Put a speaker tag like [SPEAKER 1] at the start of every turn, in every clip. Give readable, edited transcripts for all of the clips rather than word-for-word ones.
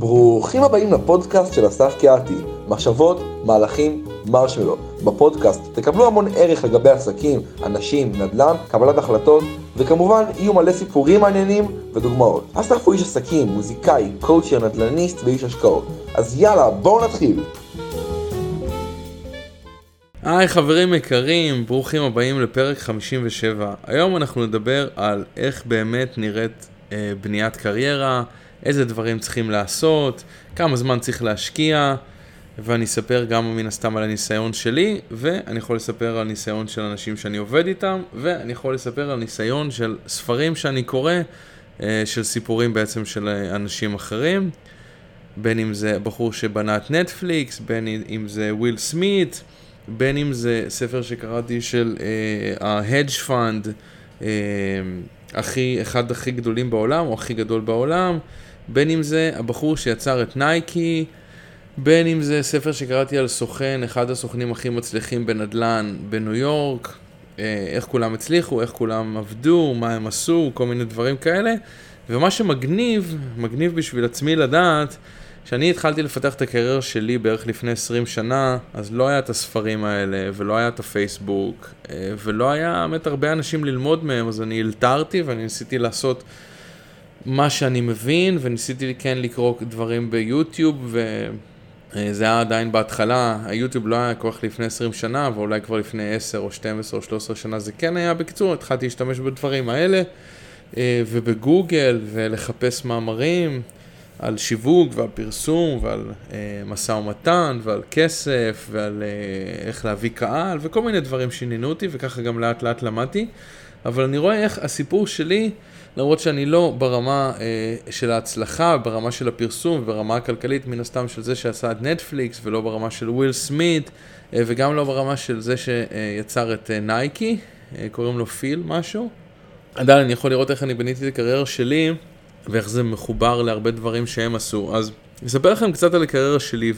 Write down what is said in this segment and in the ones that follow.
[SPEAKER 1] ברוכים הבאים לפודקאסט של אסף קיאתי, מחשבות, מהלכים, מרשמלו. בפודקאסט תקבלו המון ערך לגבי עסקים, אנשים, נדל"ן, קבלת החלטות, וכמובן יהיו מלא סיפורים מעניינים ודוגמאות. אסף הוא איש עסקים, מוזיקאי, קואוצ'ר, נדל"ניסט ואיש השקעות. אז יאללה, בואו נתחיל.
[SPEAKER 2] היי חברים יקרים, ברוכים הבאים לפרק 57. היום אנחנו נדבר על איך באמת נראית בניית קריירה, איזה דברים צריכים לעשות, כמה זמן צריך להשקיע, ואני אספר גם מן הסתם על הניסיון שלי, ואני יכול לספר על ניסיון של אנשים שאני עובד איתם, ואני יכול לספר על ניסיון של ספרים שאני קורא, של סיפורים בעצם של אנשים אחרים, בין אם זה בחור שבנה את נטפליקס, בין אם זה וויל סמית, בין אם זה ספר שקראתי של ה-hedge fund, אחד הכי גדולים בעולם, או הכי גדול בעולם, בין אם זה הבחור שיצר את נייקי, בין אם זה ספר שקראתי על סוכן, אחד הסוכנים הכי מצליחים בנדל"ן בניו יורק, איך כולם הצליחו, איך כולם עבדו, מה הם עשו, כל מיני דברים כאלה. ומה שמגניב, מגניב בשביל עצמי לדעת, שאני התחלתי לפתח את הקריירה שלי בערך לפני 20 שנה, אז לא היה את הספרים האלה, ולא היה את הפייסבוק, ולא היה באמת הרבה אנשים ללמוד מהם, אז אני אלתרתי ואני ניסיתי לעשות מה שאני מבין, וניסיתי כן לקרוא דברים ביוטיוב, וזה היה עדיין בהתחלה, היוטיוב לא היה כל כך לפני 20 שנה, ואולי כבר לפני 10 או 12 או 13 שנה זה כן היה. בקיצור, התחלתי להשתמש בדברים האלה, ובגוגל, ולחפש מאמרים, על שיווק ועל פרסום ועל משא ומתן ועל כסף ועל איך להביא קהל וכל מיני דברים שעניינו אותי, וככה גם לאט לאט למדתי. אבל אני רואה איך הסיפור שלי, למרות שאני לא ברמה של ההצלחה, ברמה של הפרסום וברמה הכלכלית מן הסתם של זה שעשה את נטפליקס, ולא ברמה של וויל סמית, וגם לא ברמה של זה שיצר את נייקי, קוראים לו פיל משהו. עדיין אני יכול לראות איך אני בניתי את הקריירה שלי, ואיך זה מחובר להרבה דברים שהם עשו. אז אני אספר לכם קצת על הקריירה שלי,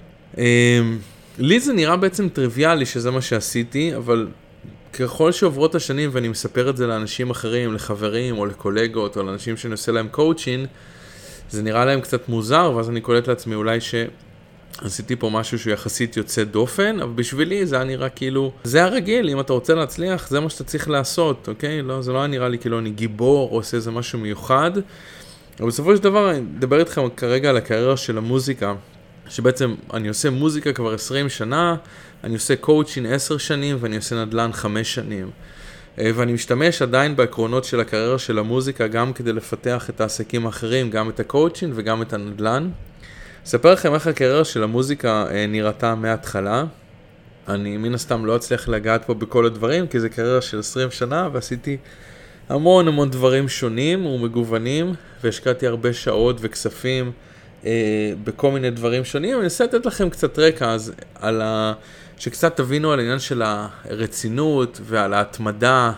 [SPEAKER 2] לי זה נראה בעצם טריוויאלי שזה מה שעשיתי, אבל ככל שעוברות השנים ואני מספר את זה לאנשים אחרים, לחברים או לקולגות או לאנשים שאני עושה להם קואוצ'ין, זה נראה להם קצת מוזר, ואז אני קולט לעצמי אולי שעשיתי פה משהו שהוא יחסית יוצא דופן, אבל בשבילי זה היה נראה כאילו, זה הרגיל, אם אתה רוצה להצליח, זה מה שאתה צריך לעשות, אוקיי? לא, זה לא היה נראה לי כאילו אני גיבור או עושה איזה משהו מיוחד. אבל בסופו של דבר אני אדבר איתכם כרגע על הקריירה של המוזיקה, שבעצם אני עושה מוזיקה כבר 20 שנה, אני עושה קואוצ'ין 10 שנים ואני עושה נדל"ן 5 שנים. ואני משתמש עדיין בעקרונות של הקריירה של המוזיקה, גם כדי לפתח את העסקים האחרים, גם את הקואוצ'ין וגם את הנדל"ן. אספר לכם איך הקריירה של המוזיקה נראתה מההתחלה. אני מן הסתם לא אצליח לגעת פה בכל הדברים, כי זה קריירה של 20 שנה, ועשיתי המון דברים שונים ומגוונים, והשקעתי הרבה שעות וכספים בכל מיני דברים שונים. אני אנסה לתת לכם קצת רקע אז שקצת תבינו על העניין של הרצינות ועל ההתמדה,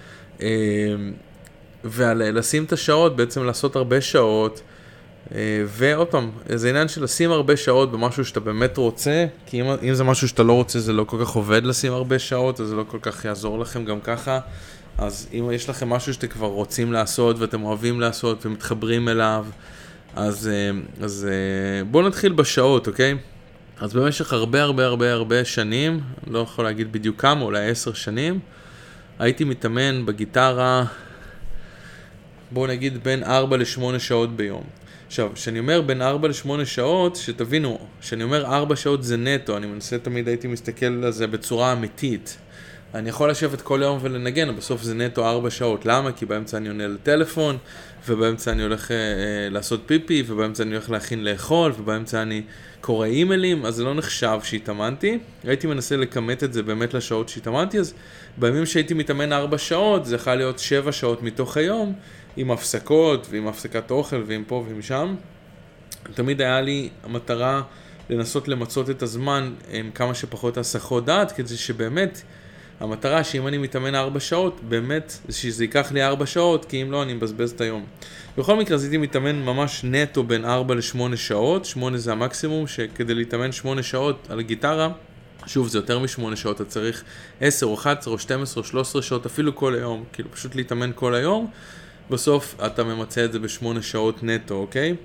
[SPEAKER 2] ועל לשים את השעות, בעצם לעשות הרבה שעות, ועוד פעם, זה עניין של לשים הרבה שעות במשהו שאתה באמת רוצה, כי אם זה משהו שאתה לא רוצה, זה לא כל כך עובד לשים הרבה שעות, אז זה לא כל כך יעזור לכם גם ככה. אז אם יש לכם משהו שאתם כבר רוצים לעשות ואתם אוהבים לעשות ומתחברים אליו, אז בואו נתחיל בשעות, אוקיי? אז במשך הרבה שנים, לא יכול להגיד בדיוק כמה, אולי 10 שנים, הייתי מתאמן בגיטרה, בואו נגיד בין 4 ל-8 שעות ביום. עכשיו, כשאני אומר בין 4 ל-8 שעות, שתבינו, כשאני אומר 4 שעות זה נטו, אני מנסה תמיד הייתי מסתכל על זה בצורה אמיתית. אני יכול לשבת כל יום ולנגן, בסוף זה נטו 4 שעות. למה? כי באמצע אני עונה לטלפון, ובאמצע אני הולך לעשות פיפי, ובאמצע אני הולך להכין לאכול, ובאמצע אני קורא אימיילים, אז זה לא נחשב שהתאמנתי. הייתי מנסה לקמת את זה באמת לשעות שהתאמנתי, אז בימים שהייתי מתאמן 4 שעות, זה יכול להיות 7 שעות מתוך היום, עם הפסקות, ועם הפסקת אוכל, ועם פה ועם שם. תמיד היה לי המטרה לנסות למצות את הזמן עם כמה שפחות הסחות דעת, כדי שבאמת המטרה שאם אני מתאמן 4 שעות, באמת שזה ייקח לי 4 שעות, כי אם לא אני מבזבז את היום. בכל מקרה, אז הייתי מתאמן ממש נטו בין 4 ל-8 שעות, 8 זה המקסימום, שכדי להתאמן 8 שעות על הגיטרה, שוב זה יותר מ8 שעות, אתה צריך 10 או 11 או 12 או 13 שעות, אפילו כל היום, כאילו פשוט להתאמן כל היום, בסוף אתה ממצא את זה ב8 שעות נטו, אוקיי?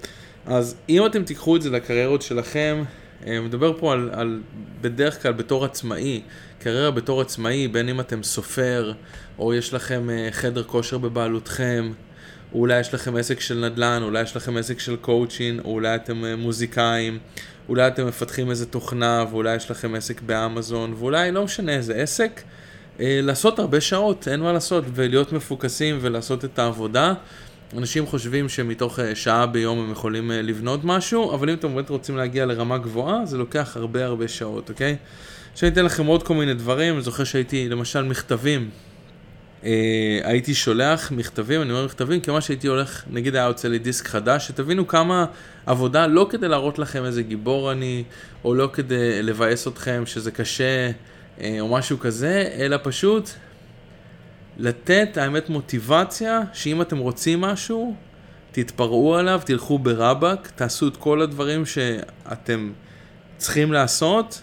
[SPEAKER 2] אז אם אתם תיקחו את זה לקריירות שלכם, מדבר פה על בדרך כלל בתור עצמאי, קריירה בתור עצמאי, בין אם אתם סופר, או יש לכם חדר כושר בבעלותכם, או אולי יש לכם עסק של נדל"ן, אולי יש לכם עסק של קואוצ'ין, או אולי אתם מוזיקאים, אולי אתם מפתחים איזה תוכנה, ואולי יש לכם עסק באמזון, ואולי לא משנה איזה עסק, לעשות הרבה שעות, אין מה לעשות, ולהיות מפוקסים ולעשות את העבודה. אנשים חושבים שמתוך שעה ביום הם יכולים לבנות משהו, אבל אם אתם באמת רוצים להגיע לרמה גבוהה, זה לוקח הרבה שעות, אוקיי? שאני אתן לכם עוד כל מיני דברים, אני זוכר שהייתי למשל מכתבים, הייתי שולח מכתבים, אני אומר מכתבים, כי מה שהייתי הולך, נגיד היה יוצא לי דיסק חדש, שתבינו כמה עבודה, לא כדי להראות לכם איזה גיבור אני, או לא כדי לבאס אתכם שזה קשה, או משהו כזה, אלא פשוט לתת האמת מוטיבציה, שאם אתם רוצים משהו, תתפרעו עליו, תלכו ברבק, תעשו את כל הדברים שאתם צריכים לעשות,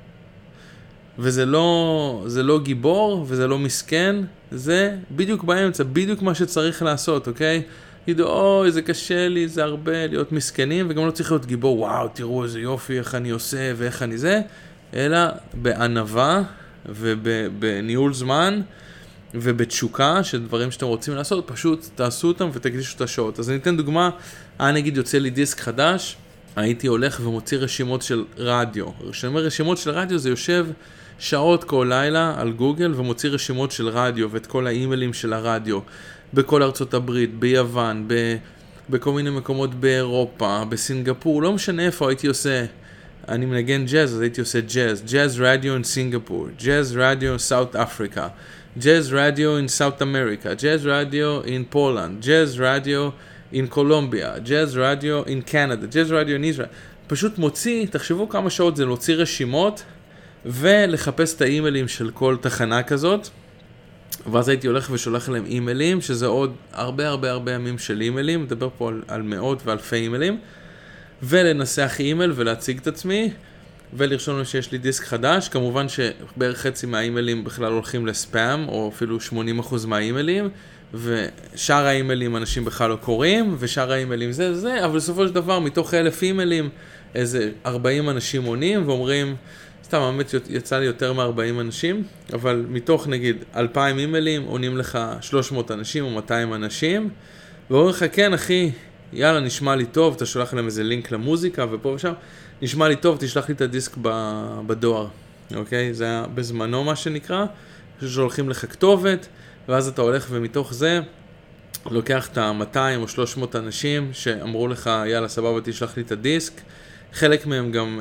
[SPEAKER 2] וזה לא גיבור, וזה לא מסכן, זה בדיוק באמצע, בדיוק מה שצריך לעשות, אוקיי? ידעו, אוי, זה קשה לי, זה הרבה להיות מסכנים, וגם לא צריך להיות גיבור, וואו, תראו איזה יופי, איך אני עושה ואיך אני זה, אלא בענווה ובניהול זמן, ובתשוקה של דברים שאתם רוצים לעשות, פשוט תעשו אותם ותקדישו את השעות. אז אני אתן דוגמה, נגיד יוצא לי דיסק חדש, הייתי הולך ומוציא רשימות של רדיו. כשאני אומר רשימות של רדיו, זה יושב שעות כל לילה על גוגל ומוציא רשימות של רדיו ואת כל האימיילים של הרדיו בכל ארצות הברית, ביוון, בכל מיני מקומות באירופה, בסינגפור, לא משנה איפה הייתי עושה. אני מנגן ג'אז, אז הייתי עושה ג'אז רדיו in סינגפור, ג'אז רדיו סאוט אפריקה, ג'אז רדיו in סאוט אמריקה, ג'אז רדיו in פולנד, ג'אז רדיו in קולומביה, ג'אז רדיו in קנדה, ג'אז רדיו in ישראל. פשוט מוציא, תחשבו כמה שעות זה להוציא רשימות ולחפש את האימיילים של כל תחנה כזאת. ואז הייתי הולך ושולח להם אימיילים, שזה עוד הרבה ימים של אימיילים, מדבר פה על מאות ואלפי אימיילים, ולנסח אימייל ולהציג את עצמי, ולרשום לנו שיש לי דיסק חדש. כמובן שבערך חצי מהאימיילים בכלל הולכים לספאם, או אפילו 80% מהאימיילים, ושאר האימיילים אנשים בכלל לא קוראים, ושאר האימיילים זה, אבל בסופו של דבר מתוך 1,000 אימיילים, איזה 40 אנשים עונים ואומרים, סתם, האמת יצא לי יותר מ-40 אנשים, אבל מתוך נגיד 2,000 אימיילים עונים לך 300 אנשים או 200 אנשים, ואומרים לך, כן אחי, יאללה נשמע לי טוב, אתה שולח להם איזה לינק למוזיקה ופה ושם, נשמע לי טוב, תשלח לי את הדיסק בדואר, אוקיי? זה היה בזמנו מה שנקרא, ששולחים לך כתובת, ואז אתה הולך ומתוך זה, לוקח את ה-200 או 300 אנשים שאמרו לך, יאללה סבבה תשלח לי את הדיסק, חלק מהם גם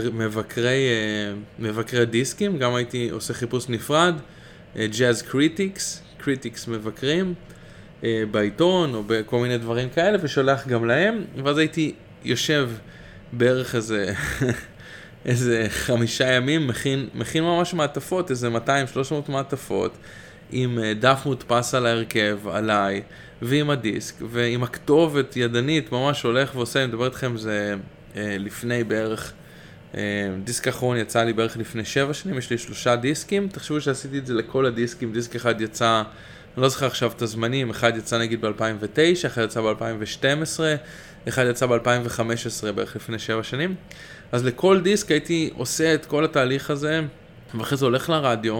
[SPEAKER 2] מבקרי דיסקים, גם הייתי עושה חיפוש נפרד, ג'אז קריטיקס מבקרים בעיתון או בכל מיני דברים כאלה, ושולח גם להם, ואז הייתי יושב בערך איזה 5 ימים, מכין ממש מעטפות, איזה 200-300 מעטפות, עם דף מודפס על ההרכב, עליי, ועם הדיסק, ועם הכתובת ידנית, ממש הולך ועושה, אני מדבר איתכם, זה לפני בערך, דיסק האחרון יצא לי בערך לפני 7 שנים, יש לי 3 דיסקים, תחשבו שעשיתי את זה לכל הדיסקים, דיסק אחד יצא, אני לא זוכר עכשיו את הזמנים, אחד יצא נגיד ב-2009, אחד יצא ב-2012, אחד יצא ב-2015 בערך לפני 7 שנים, אז לכל דיסק הייתי עושה את כל התהליך הזה, ואחרי זה הולך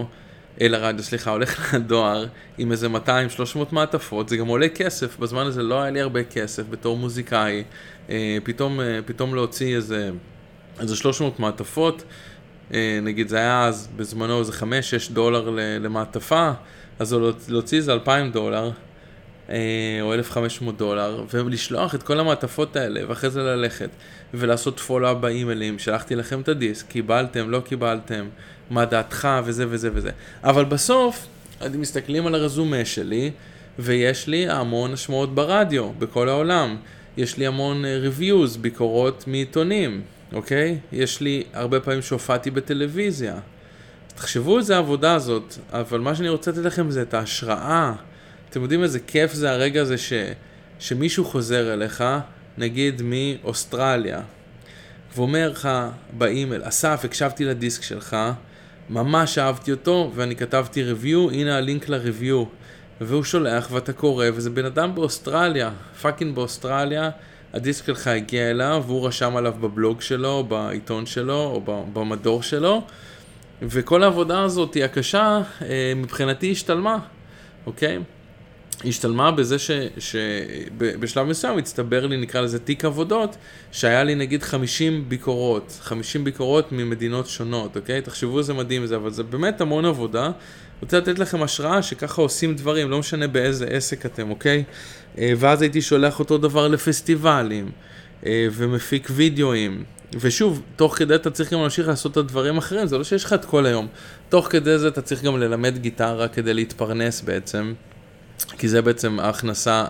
[SPEAKER 2] הולך לדואר עם איזה 200-300 מעטפות, זה גם עולה כסף, בזמן הזה לא היה לי הרבה כסף בתור מוזיקאי, פתאום להוציא איזה 300 מעטפות, נגיד זה היה אז בזמנו איזה $5-6 למעטפה, אז להוציא איזה $2,000 או $1,500, ולשלוח את כל המעטפות האלה, ואחרי זה ללכת, ולעשות פולו-אפ באימיילים, שלחתי לכם את הדיסק, קיבלתם, לא קיבלתם, מה דעתך, וזה וזה וזה. אבל בסוף, אתם מסתכלים על הרזומה שלי, ויש לי המון השמעות ברדיו, בכל העולם. יש לי המון ריוויוז, ביקורות מעיתונים, אוקיי? יש לי הרבה פעמים שהופעתי בטלוויזיה. תחשבו איזה העבודה הזאת, אבל מה שאני רוצה לתת לכם זה את ההשראה. אתם יודעים איזה כיף זה הרגע הזה שמישהו חוזר אליך, נגיד מאוסטרליה, ואומר לך באימייל, אסף, הקשבתי לדיסק שלך, ממש אהבתי אותו, ואני כתבתי ריוויו, הנה הלינק לריוויו, והוא שולח ואתה קורא, וזה בן אדם באוסטרליה, פאקינג באוסטרליה, הדיסק שלך הגיע אליו, והוא רשם עליו בבלוג שלו, בעיתון שלו, או במדור שלו, וכל העבודה הזאת היא הקשה, מבחינתי השתלמה, אוקיי? השתלמה בזה שבשלב מסוים הצטבר לי, נקרא לזה תיק עבודות, שהיה לי נגיד 50 ביקורות ממדינות שונות, אוקיי? תחשבו איזה מדהים זה, אבל זה באמת המון עבודה. רוצה לתת לכם השראה שככה עושים דברים, לא משנה באיזה עסק אתם, אוקיי? ואז הייתי שולח אותו דבר לפסטיבלים, ומפיק וידאוים. ושוב, תוך כדי אתה צריך גם להמשיך לעשות את הדברים אחרים, זה לא שיש לך את כל היום. תוך כדי זה אתה צריך גם ללמד גיטרה כדי להתפרנס בעצם. כי זה בעצם ההכנסה,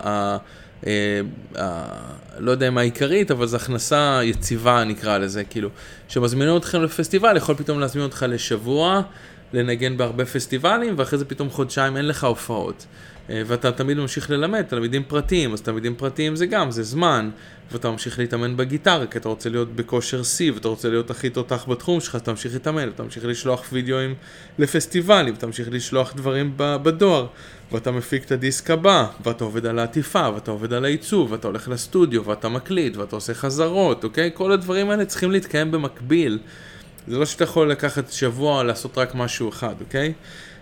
[SPEAKER 2] לא יודע מה העיקרית, אבל זו הכנסה יציבה נקרא לזה, כאילו, שמזמינו אתכם לפסטיבל, יכול פתאום להזמין אותך לשבוע, לנגן בהרבה פסטיבלים, ואחרי זה פתאום חודשיים אין לך הופעות. ואתה תמיד ממשיך ללמד, תלמידים פרטיים, אז תלמידים פרטיים זה גם, זה זמן, ואתה ממשיך להתאמן בגיטרה, כי אתה רוצה להיות בכושר C, ואתה רוצה להיות הכי תותח בתחום שלך, אתה ממשיך להתאמן, אתה ממשיך לשלוח וידאוים לפסטיבלים, אתה ממשיך לשלוח דברים בדואר, ואתה מפיק את הדיסק הבא, ואתה עובד על העטיפה, ואתה עובד על העיצוב, ואתה הולך לסטודיו, ואתה מקליט, ואתה עושה חזרות, אוקיי? כל הדברים האלה צריכים להתקיים במקביל. זה לא שאתה יכול לקחת שבוע או לעשות רק משהו אחד, אוקיי?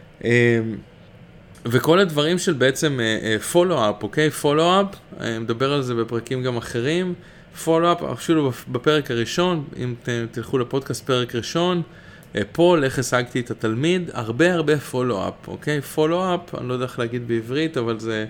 [SPEAKER 2] וכל הדברים של בעצם follow-up, אוקיי? follow-up, מדבר על זה בפרקים גם אחרים. follow-up, אפילו בפרק הראשון, אם תלכו לפודקאסט פרק ראשון, פול, איך השגתי את התלמיד, הרבה follow-up, אוקיי? follow-up, אני לא יודע איך להגיד בעברית, אבל זה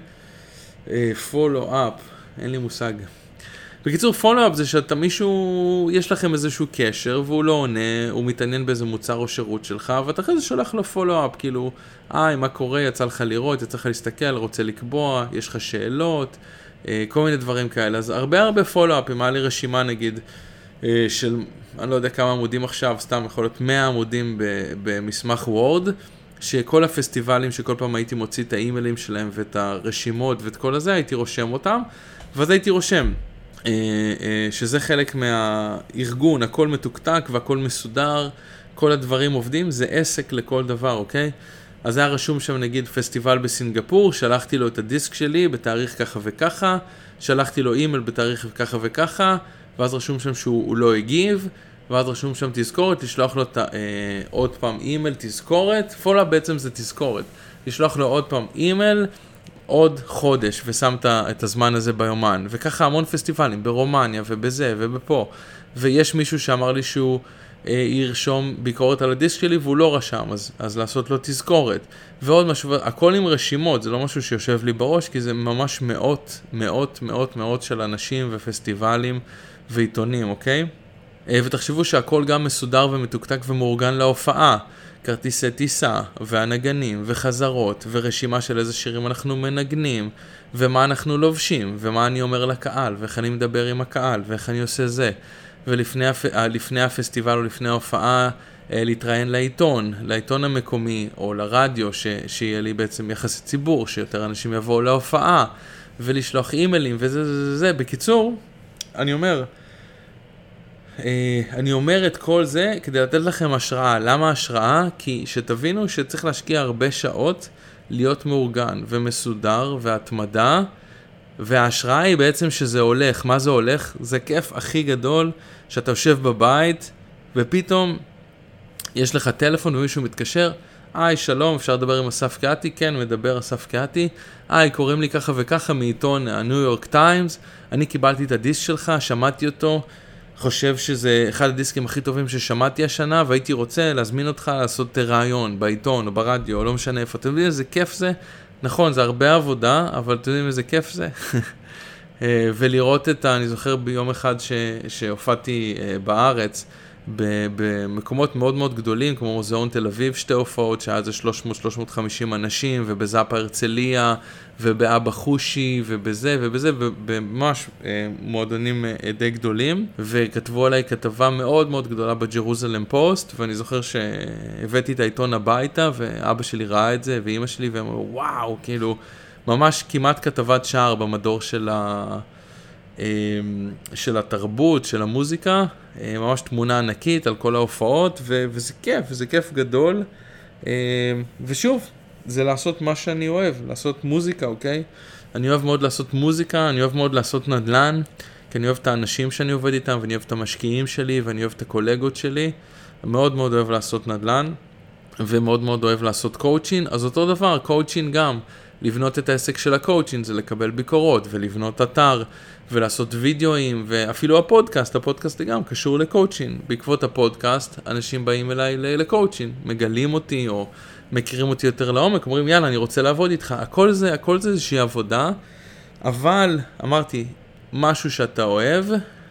[SPEAKER 2] follow-up, אין לי מושג. בקיצור, פולו-אפ זה שאתה מישהו, יש לכם איזשהו קשר, והוא לא עונה, הוא מתעניין באיזה מוצר או שירות שלך, ואתה אחרי זה שולח לו פולו-אפ, כאילו, מה קורה, יצא לך לראות, יצא לך להסתכל, רוצה לקבוע, יש לך שאלות, כל מיני דברים כאלה. אז הרבה פולו-אפ, אם היה לי רשימה נגיד, של, אני לא יודע כמה עמודים עכשיו, סתם יכול להיות 100 עמודים במסמך וורד, שכל הפסטיבלים שכל פעם הייתי מוציא את האימיילים שלהם, ואת הרשימות ואת כל הזה, הייתי רושם אותם, ואז הייתי רושם. שזה חלק מהארגון, הכל מתוקתק והכל מסודר, כל הדברים עובדים, זה עסק לכל דבר, אוקיי? אז היה רשום שם נגיד פסטיבל בסינגפור, שלחתי לו את הדיסק שלי בתאריך ככה וככה, שלחתי לו אימייל בתאריך ככה וככה, ואז רשום שם שהוא לא הגיב, ואז רשום שם תזכורת, לשלוח לו עוד פעם אימייל, תזכורת, פולו בעצם זה תזכורת, לשלוח לו עוד פעם אימייל, עוד חודש, ושמת את הזמן הזה ביומן, וככה המון פסטיבלים, ברומניה ובזה ובפה, ויש מישהו שאמר לי שהוא ירשום ביקורת על הדיסק שלי, והוא לא רשם, אז לעשות לו תזכורת, ועוד משהו, הכל עם רשימות, זה לא משהו שיושב לי בראש, כי זה ממש מאות של אנשים ופסטיבלים ועיתונים, אוקיי? ותחשבו שהכל גם מסודר ומתוקתק ומאורגן להופעה, כרטיסי טיסה, והנגנים, וחזרות, ורשימה של איזה שירים אנחנו מנגנים, ומה אנחנו לובשים, ומה אני אומר לקהל, ואיך אני מדבר עם הקהל, ואיך אני עושה זה. ולפני הפסטיבל או לפני ההופעה, להתראיין לעיתון המקומי, או לרדיו, שיהיה לי בעצם יחסי ציבור, שיותר אנשים יבואו להופעה, ולשלוח אימיילים, וזה. בקיצור, אני אומר את כל זה כדי לתת לכם השראה. למה השראה? כי שתבינו שצריך להשקיע הרבה שעות להיות מאורגן ומסודר והתמדה, וההשראה היא בעצם שזה הולך. מה זה הולך? זה כיף הכי גדול שאתה יושב בבית ופתאום יש לך טלפון ומישהו מתקשר, שלום, אפשר לדבר עם אסף קאטי? כן, מדבר אסף קאטי. קוראים לי ככה וככה מעיתון הניו יורק טיימס, אני קיבלתי את הדיסק שלך, שמעתי אותו, חושב שזה אחד הדיסקים הכי טובים ששמעתי השנה, והייתי רוצה להזמין אותך לעשות רעיון בעיתון או ברדיו, או לא משנה איפה. אתם יודעים איזה כיף זה? נכון, זה הרבה עבודה, אבל אתם יודעים איזה כיף זה? ולראות אני זוכר ביום אחד שהופעתי בארץ, במקומות מאוד מאוד גדולים, כמו מוזיאון תל אביב, 2 הופעות, שהיה זה 300-350 אנשים, ובזאפה הרצליה, ובאבא חושי, ובזה, ובממש מועדונים די גדולים, וכתבו עליי כתבה מאוד מאוד גדולה בג'רוזלם פוסט, ואני זוכר שהבאתי את העיתון הביתה, ואבא שלי ראה את זה, ואמא שלי, והם אמרו, וואו, כאילו, ממש כמעט כתבת שער במדור של התרבות, של המוזיקה, ממש תמונה ענקית על כל ההופעות, וזה כיף, וזה כיף גדול. ושוב, זה לעשות מה שאני אוהב, לעשות מוזיקה, אוקיי? אני אוהב מאוד לעשות מוזיקה, אני אוהב מאוד לעשות נדל"ן. כי אני אוהב את האנשים שאני עובד איתם, ואני אוהב את המשקיעים שלי, ואני אוהב את הקולגות שלי. מאוד מאוד אוהב לעשות נדל"ן, ומאוד מאוד אוהב לעשות קואוצ'ין. אז אותו דבר, קואוצ'ין גם, לבנות את העסק של הקואוצ'ין, זה לקבל ביקורות, ולבנות אתר, ולעשות וידאוים, ואפילו הפודקאסט גם קשור לקואוצ'ין. בעקבות הפודקאסט, אנשים באים אליי לקואוצ'ין, מגלים אותי, או מכירים אותי יותר לעומק, אומרים, יאללה, אני רוצה לעבוד איתך. הכל זה איזושהי עבודה, אבל, אמרתי, משהו שאתה אוהב,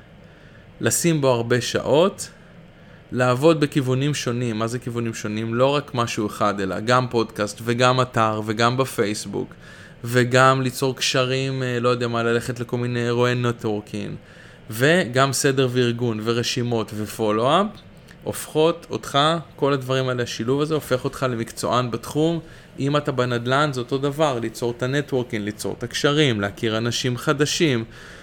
[SPEAKER 2] לשים בו הרבה שעות, לעבוד בכיוונים שונים. מה זה כיוונים שונים? לא רק משהו אחד, אלא גם פודקאסט, וגם אתר, וגם בפייסבוק, וגם ליצור קשרים, לא יודע מה, ללכת לכל מיני אירועי נטוורקינג, וגם סדר וארגון, ורשימות, ופולו-אפ, הופכות אותך, כל הדברים האלה, השילוב הזה, הופך אותך למקצוען בתחום. אם אתה בנדל"ן, זה אותו דבר, ליצור את הנטוורקינג, ליצור את הקשרים, להכיר אנשים חדשים,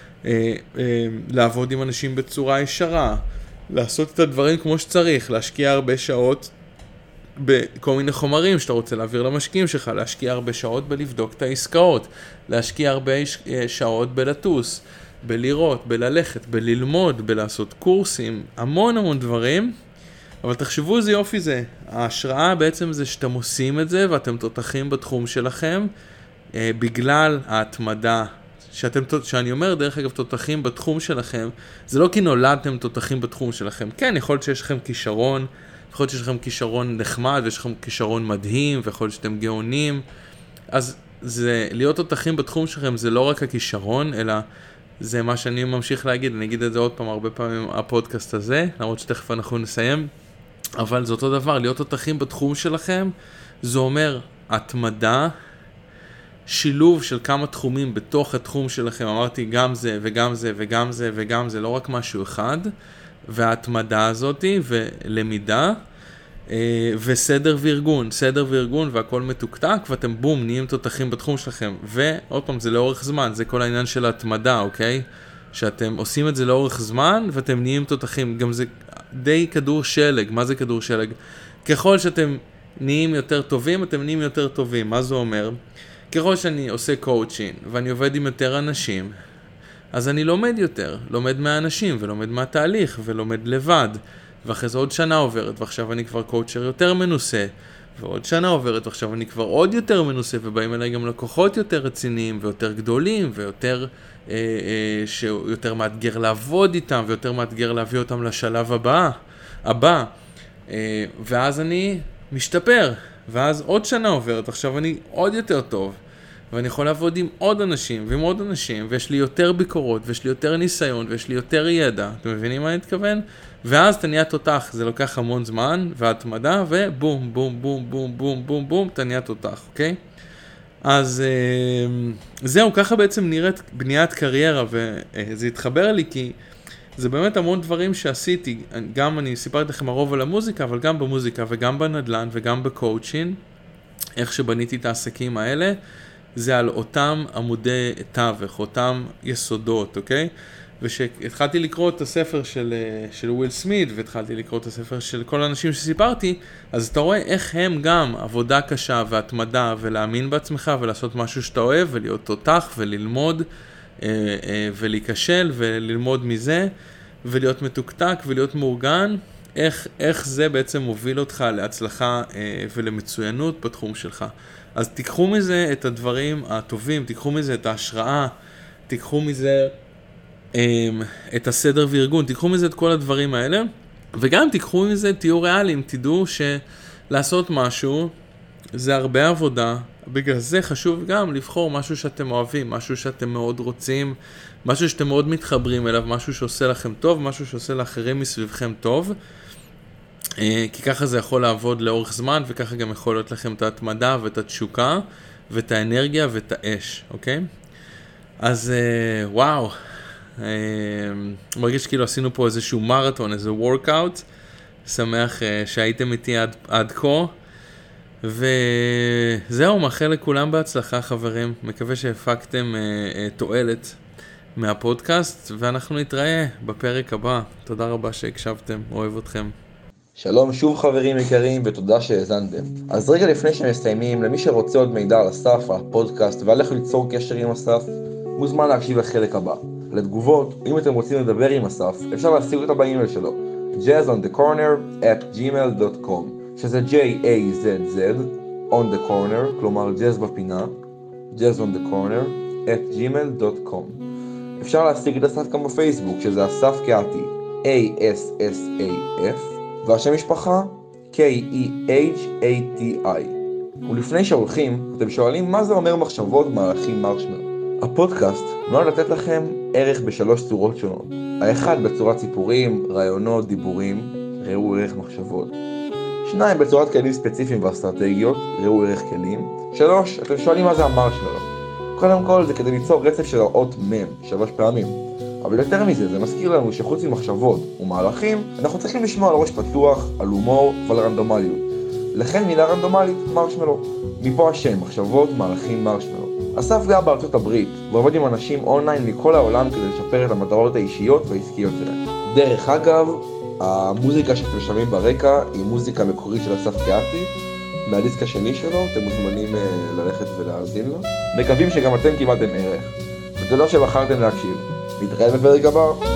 [SPEAKER 2] לעבוד עם אנשים בצורה ישרה, לעשות את הדברים כמו שצריך, להשקיע הרבה שעות בכל מיני חומרים שאתה רוצה להעביר למשקיעים שלך, להשקיע הרבה שעות בלבדוק את העסקאות, להשקיע הרבה שעות בלטוס, בלראות, בללכת, בללמוד, בלעשות קורסים, המון דברים. אבל תחשבו איזה יופי זה. ההשראה בעצם זה שאתם עושים את זה ואתם תותחים בתחום שלכם, בגלל ההתמדה. שאני אומר, דרך אגב, תותחים בתחום שלכם, זה לא כי נולדתם תותחים בתחום שלכם. כן, יכול להיות שיש לכם כישרון, יכול להיות שיש לכם כישרון נחמד, ויש לכם כישרון מדהים, ויכול להיות שאתם גאונים. אז להיות תותחים בתחום שלכם זה לא רק הכישרון, אלא זה מה שאני ממשיך להגיד. אני אגיד את זה עוד פעם, הרבה פעמים הפודקאסט הזה, למרות שתכף אנחנו נסיים. אבל זה אותו דבר, להיות תותחים בתחום שלכם, זה אומר התמדה, שילוב של כמה תחומים בתוך התחום שלכם. אמרתי גם זה וגם זה וגם זה וגם זה, לא רק משהו אחד. וההתמדה הזאת ולמידה וסדר וארגון והכל מתוקתק, ואתם בום, נהיים תותחים בתחום שלכם. ועוד פעם, זה לאורך זמן, זה כל העניין של ההתמדה, אוקיי? שאתם עושים את זה לאורך זמן ואתם נהיים תותחים. גם זה די כדור שלג. מה זה כדור שלג? ככל שאתם נהיים יותר טובים, אתם נהיים יותר טובים. מה זה אומר? ככל שאני עושה קואוצ'ין ואני עובד עם יותר אנשים, אז אני לומד יותר, לומד מהאנשים ולומד מהתהליך ולומד לבד. ואחרי זה עוד שנה עוברת, ועכשיו אני כבר קואוצ'ר יותר מנוסה, ועוד שנה עוברת, ועכשיו אני כבר עוד יותר מנוסה, ובאים אליי גם לקוחות יותר רציניים ויותר גדולים, ויותר שיותר מאתגר לעבוד איתם, ויותר מאתגר להביא אותם לשלב הבא. ואז אני משתפר, ואז עוד שנה עוברת, עכשיו אני עוד יותר טוב, ואני יכול לעבוד עם עוד אנשים ועם עוד אנשים, ויש לי יותר ביקורות, ויש לי יותר ניסיון, ויש לי יותר ידע. אתם מבינים מה אני מתכוון? ואז אתה נהיה תותח, זה לוקח המון זמן, והתמדה, ובום, בום, בום, בום, בום, בום, בום, אתה נהיה תותח, אוקיי? אז זהו, ככה בעצם נראית בניית קריירה, וזה התחבר לי כי זה באמת המון דברים שעשיתי. גם אני סיפרתי לכם הרוב על המוזיקה, אבל גם במוזיקה וגם בנדל"ן וגם בקואוצ'ין, איך שבניתי את העסקים האלה, זה על אותם עמודי תווך, אותם יסודות, אוקיי? ושהתחלתי לקרוא את הספר של וויל סמית, והתחלתי לקרוא את הספר של כל האנשים שסיפרתי, אז אתה רואה איך הם גם עבודה קשה והתמדה, ולהאמין בעצמך ולעשות משהו שאתה אוהב, ולהיות תותח וללמוד, ולהיכשל וללמוד מזה, ולהיות מתוקתק ולהיות מאורגן, איך זה בעצם מוביל אותך להצלחה ולמצוינות בתחום שלך. אז תיקחו מזה את הדברים הטובים, תיקחו מזה את ההשראה, תיקחו מזה את הסדר וארגון, תיקחו מזה את כל הדברים האלה, וגם תיקחו מזה, תהיו ריאליים, תדעו שלעשות משהו זה הרבה עבודה, בגלל זה חשוב גם לבחור משהו שאתם אוהבים, משהו שאתם מאוד רוצים, משהו שאתם מאוד מתחברים אליו, משהו שעושה לכם טוב, משהו שעושה לאחרים מסביבכם טוב, כי ככה זה יכול לעבוד לאורך זמן, וככה גם יכול להיות לכם את ההתמדה ואת התשוקה, ואת האנרגיה ואת האש, אוקיי? אז וואו, מרגיש כאילו עשינו פה איזשהו מרתון, איזה וורקאוט, שמח שהייתם איתי עד כה, וזהו, מאחל לכולם בהצלחה חברים, מקווה שהפקתם תועלת מהפודקאסט, ואנחנו נתראה בפרק הבא. תודה רבה שהקשבתם, אוהב אתכם.
[SPEAKER 1] שלום שוב חברים יקרים ותודה שהאזנתם. אז רגע לפני שמסיימים, למי שרוצה עוד מידע על אסף, על הפודקאסט ועל איך ליצור קשר עם אסף, מוזמן להקשיב לחלק הבא. לתגובות, אם אתם רוצים לדבר עם אסף, אפשר להשיג אותה באימייל שלו, jazzonthecorner@gmail.com, שזה J-A-Z-Z, on the corner, כלומר jazz בפינה, jazzonthecorner@gmail.com. אפשר להשיג את אסף גם בפייסבוק, שזה אסף קהתי, A-S-S-A-F, והשם משפחה, K-E-H-A-T-I. ולפני שהולכים, אתם שואלים מה זה אומר מחשבות מהלכים מרשמלו. הפודקאסט נועד לתת לכם ערך בשלוש צורות שונות. האחד בצורת סיפורים, רעיונות, דיבורים, ראו ערך מחשבות. שניים בצורת כלים ספציפיים ואסטרטגיות, ראו ערך כלים. שלוש, אתם שואלים מה זה המרשמלו. קודם כל זה כדי ליצור רצף של האות מם, 3 פעמים. אבל יותר מזה, זה מזכיר לנו שחוץ ממחשבות ומהלכים, אנחנו צריכים לשמוע על ראש פתוח, על הומור ועל רנדומליות. לכן מילה רנדומלית, מרשמלו. מפה השם, מחשבות, מהלכים, מרשמלו. אסף גר בארצות הברית, ועובד עם אנשים אונליין מכל העולם כדי לשפר את המטרות האישיות והעסקיות שלהם. דרך אגב, המוזיקה שאתם שומעים ברקע היא מוזיקה מקורית של אסף קהתי, מהדיסק השני שלו, אתם מוזמנים ללכת ולהאזין לו. מקווים שגם אתם קיבלתם ערך, ותודה שבחרתם להקשיב. נתראה בפרק הבא.